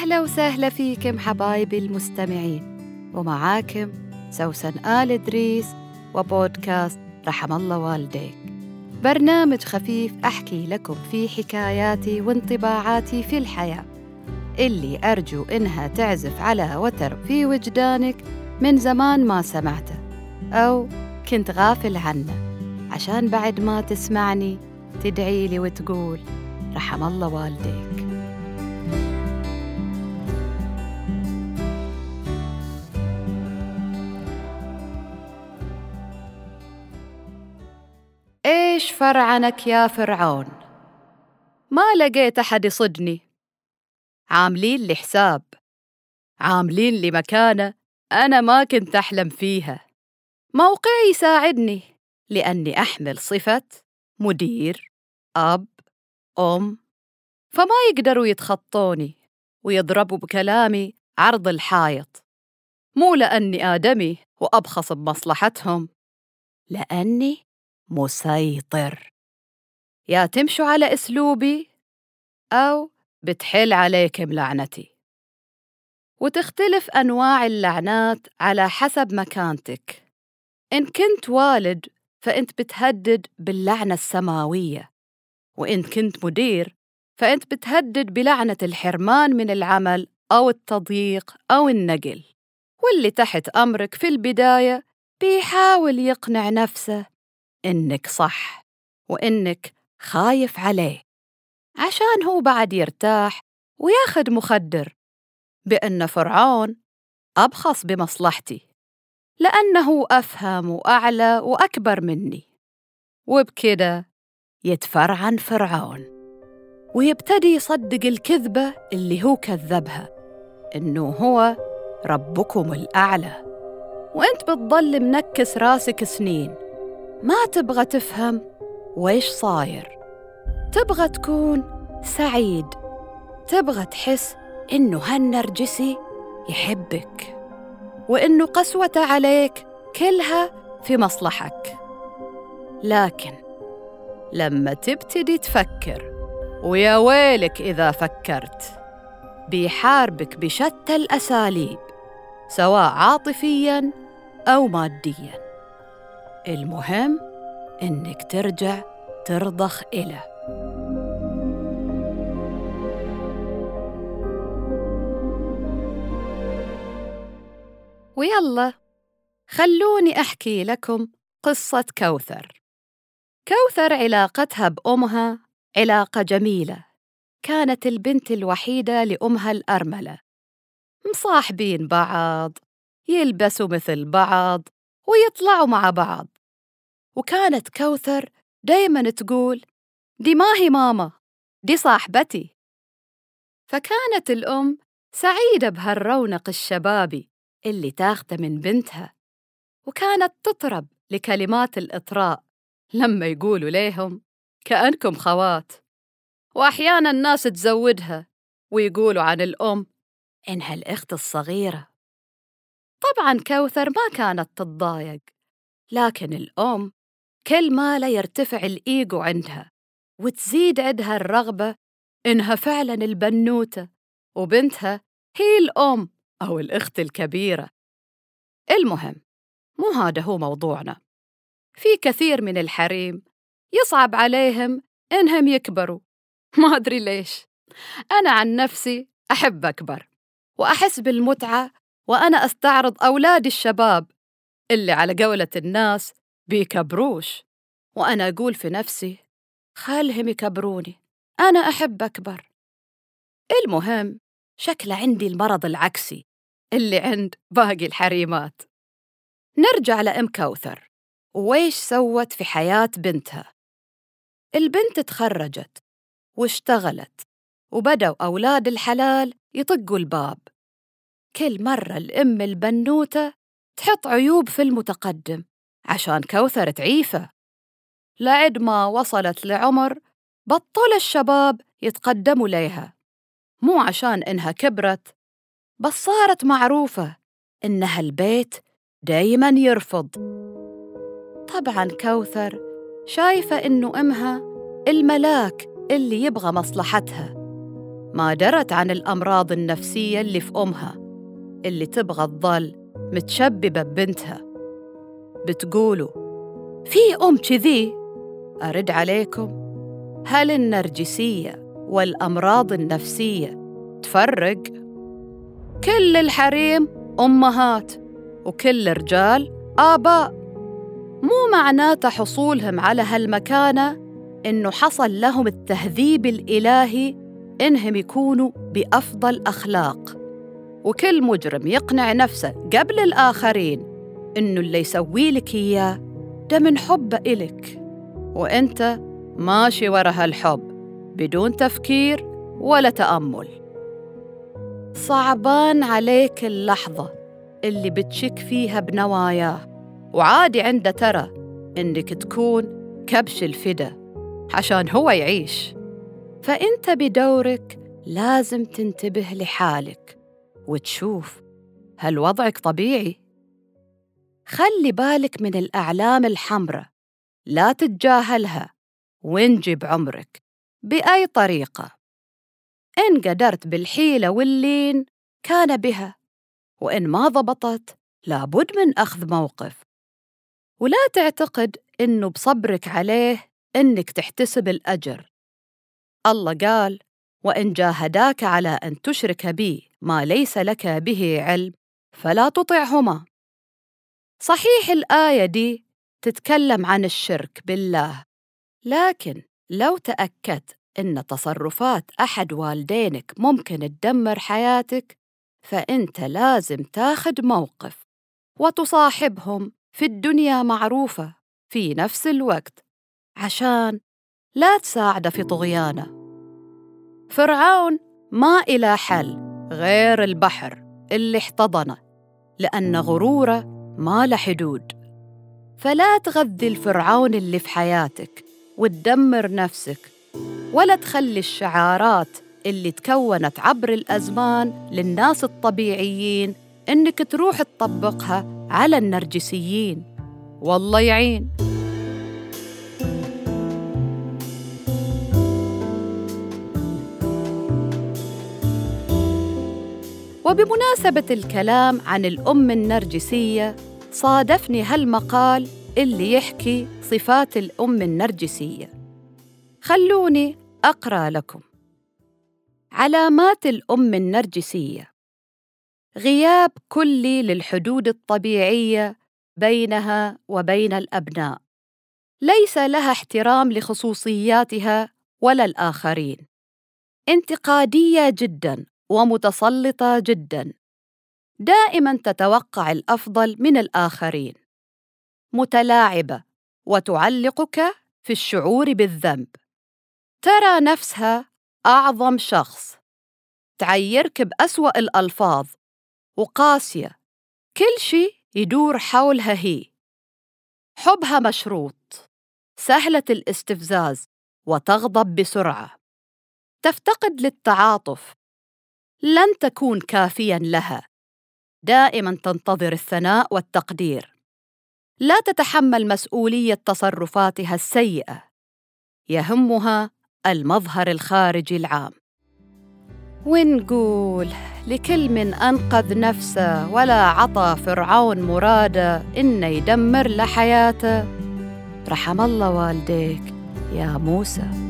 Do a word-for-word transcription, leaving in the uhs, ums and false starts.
أهلا وسهلا فيكم حبايبي المستمعين، ومعاكم سوسن آل إدريس وبودكاست رحم الله والديك، برنامج خفيف أحكي لكم فيه حكاياتي وانطباعاتي في الحياة اللي أرجو إنها تعزف على وتر في وجدانك من زمان ما سمعته أو كنت غافل عنه، عشان بعد ما تسمعني تدعي لي وتقول رحم الله والديك. إيش فرعنك يا فرعون؟ ما لقيت أحد يصدني، عاملين لي حساب، عاملين لي مكانة أنا ما كنت أحلم فيها، موقعي يساعدني لأني أحمل صفة مدير، أب، أم، فما يقدروا يتخطوني ويضربوا بكلامي عرض الحائط، مو لأني آدمي وأبخص بمصلحتهم، لأني مسيطر. يا تمشوا على أسلوبي أو بتحل عليكم لعنتي. وتختلف أنواع اللعنات على حسب مكانتك. إن كنت والد فأنت بتهدد باللعنة السماوية، وإن كنت مدير فأنت بتهدد بلعنة الحرمان من العمل أو التضييق أو النقل. واللي تحت أمرك في البداية بيحاول يقنع نفسه إنك صح وإنك خايف عليه، عشان هو بعد يرتاح وياخد مخدر بأن فرعون أبخص بمصلحتي لأنه أفهم وأعلى وأكبر مني، وبكده يتفرعن فرعون ويبتدي يصدق الكذبة اللي هو كذبها، إنه هو ربكم الأعلى، وإنت بتضل منكس راسك سنين ما تبغى تفهم ويش صاير. تبغى تكون سعيد، تبغى تحس إنه هالنرجسي يحبك وإنه قسوته عليك كلها في مصلحك. لكن لما تبتدي تفكر، ويا ويلك إذا فكرت، بيحاربك بشتى الأساليب سواء عاطفياً أو مادياً. المهم إنك ترجع ترضخ إله. ويلا خلوني أحكي لكم قصة كوثر. كوثر علاقتها بأمها علاقة جميلة، كانت البنت الوحيدة لأمها الأرملة، مصاحبين بعض، يلبسوا مثل بعض ويطلعوا مع بعض. وكانت كوثر دايماً تقول دي ما هي ماما، دي صاحبتي. فكانت الأم سعيدة بهالرونق الشبابي اللي تاخده من بنتها، وكانت تطرب لكلمات الإطراء لما يقولوا ليهم كأنكم خوات. وأحياناً الناس تزودها ويقولوا عن الأم إنها الأخت الصغيرة. طبعاً كوثر ما كانت تتضايق، لكن الأم كل ما لا يرتفع الإيجو عندها وتزيد عندها الرغبة إنها فعلاً البنوتة وبنتها هي الأم أو الأخت الكبيرة. المهم مو هذا هو موضوعنا. في كثير من الحريم يصعب عليهم إنهم يكبروا، ما أدري ليش. أنا عن نفسي أحب أكبر وأحس بالمتعة وأنا أستعرض أولادي الشباب اللي على قولة الناس بيكبروش، وأنا أقول في نفسي خلهم يكبروني، أنا أحب أكبر. المهم شكل عندي المرض العكسي اللي عند باقي الحريمات. نرجع لأم كوثر وإيش سوت في حياة بنتها. البنت تخرجت واشتغلت، وبدأوا أولاد الحلال يطقوا الباب. كل مرة الأم البنوتة تحط عيوب في المتقدم عشان كوثر تعيفه، لعد ما وصلت لعمر بطل الشباب يتقدموا ليها، مو عشان إنها كبرت، بس صارت معروفة إنها البيت دايماً يرفض. طبعاً كوثر شايفة إنه أمها الملاك اللي يبغى مصلحتها، ما درت عن الأمراض النفسية اللي في أمها، اللي تبغى تظل متشببة ببنتها. بتقولوا في أم كذي؟ أرد عليكم، هل النرجسية والأمراض النفسية تفرق؟ كل الحريم أمهات وكل الرجال آباء. مو معناته حصولهم على هالمكانة إنه حصل لهم التهذيب الإلهي إنهم يكونوا بأفضل أخلاق، وكل مجرم يقنع نفسه قبل الآخرين إنه اللي يسوي لك إياه ده من حبه إلك، وإنت ماشي ورا هالحب بدون تفكير ولا تأمل. صعبان عليك اللحظة اللي بتشك فيها بنواياه، وعادي عنده ترى إنك تكون كبش الفدا عشان هو يعيش. فأنت بدورك لازم تنتبه لحالك وتشوف هل وضعك طبيعي. خلي بالك من الأعلام الحمراء، لا تتجاهلها وانجي بعمرك بأي طريقة. إن قدرت بالحيلة واللين كان بها، وإن ما ضبطت لابد من أخذ موقف. ولا تعتقد إنه بصبرك عليه إنك تحتسب الأجر. الله قال: وإن جاهداك على أن تشرك بي ما ليس لك به علم فلا تطعهما. صحيح الآية دي تتكلم عن الشرك بالله، لكن لو تأكدت إن تصرفات أحد والدينك ممكن تدمر حياتك، فأنت لازم تاخد موقف وتصاحبهم في الدنيا معروفة في نفس الوقت عشان لا تساعد في طغيانه. فرعون ما إلى حل غير البحر اللي احتضنه، لأن غروره ما له حدود. فلا تغذي الفرعون اللي في حياتك وتدمر نفسك، ولا تخلي الشعارات اللي تكونت عبر الأزمان للناس الطبيعيين إنك تروح تطبقها على النرجسيين. والله يعين. وبمناسبة الكلام عن الأم النرجسية، صادفني هالمقال اللي يحكي صفات الأم النرجسية. خلوني أقرأ لكم. علامات الأم النرجسية: غياب كلي للحدود الطبيعية بينها وبين الأبناء، ليس لها احترام لخصوصياتها ولا الآخرين، انتقادية جداً ومتسلطة جداً، دائماً تتوقع الأفضل من الآخرين، متلاعبة وتعلقك في الشعور بالذنب، ترى نفسها أعظم شخص، تعيرك بأسوأ الألفاظ، وقاسية، كل شيء يدور حولها هي، حبها مشروط، سهلة الاستفزاز وتغضب بسرعة، تفتقد للتعاطف، لن تكون كافياً لها، دائماً تنتظر الثناء والتقدير، لا تتحمل مسؤولية تصرفاتها السيئة، يهمها المظهر الخارجي العام. ونقول لكل من أنقذ نفسه ولا عطى فرعون مراده إنه يدمر لحياته: رحم الله والديك يا موسى.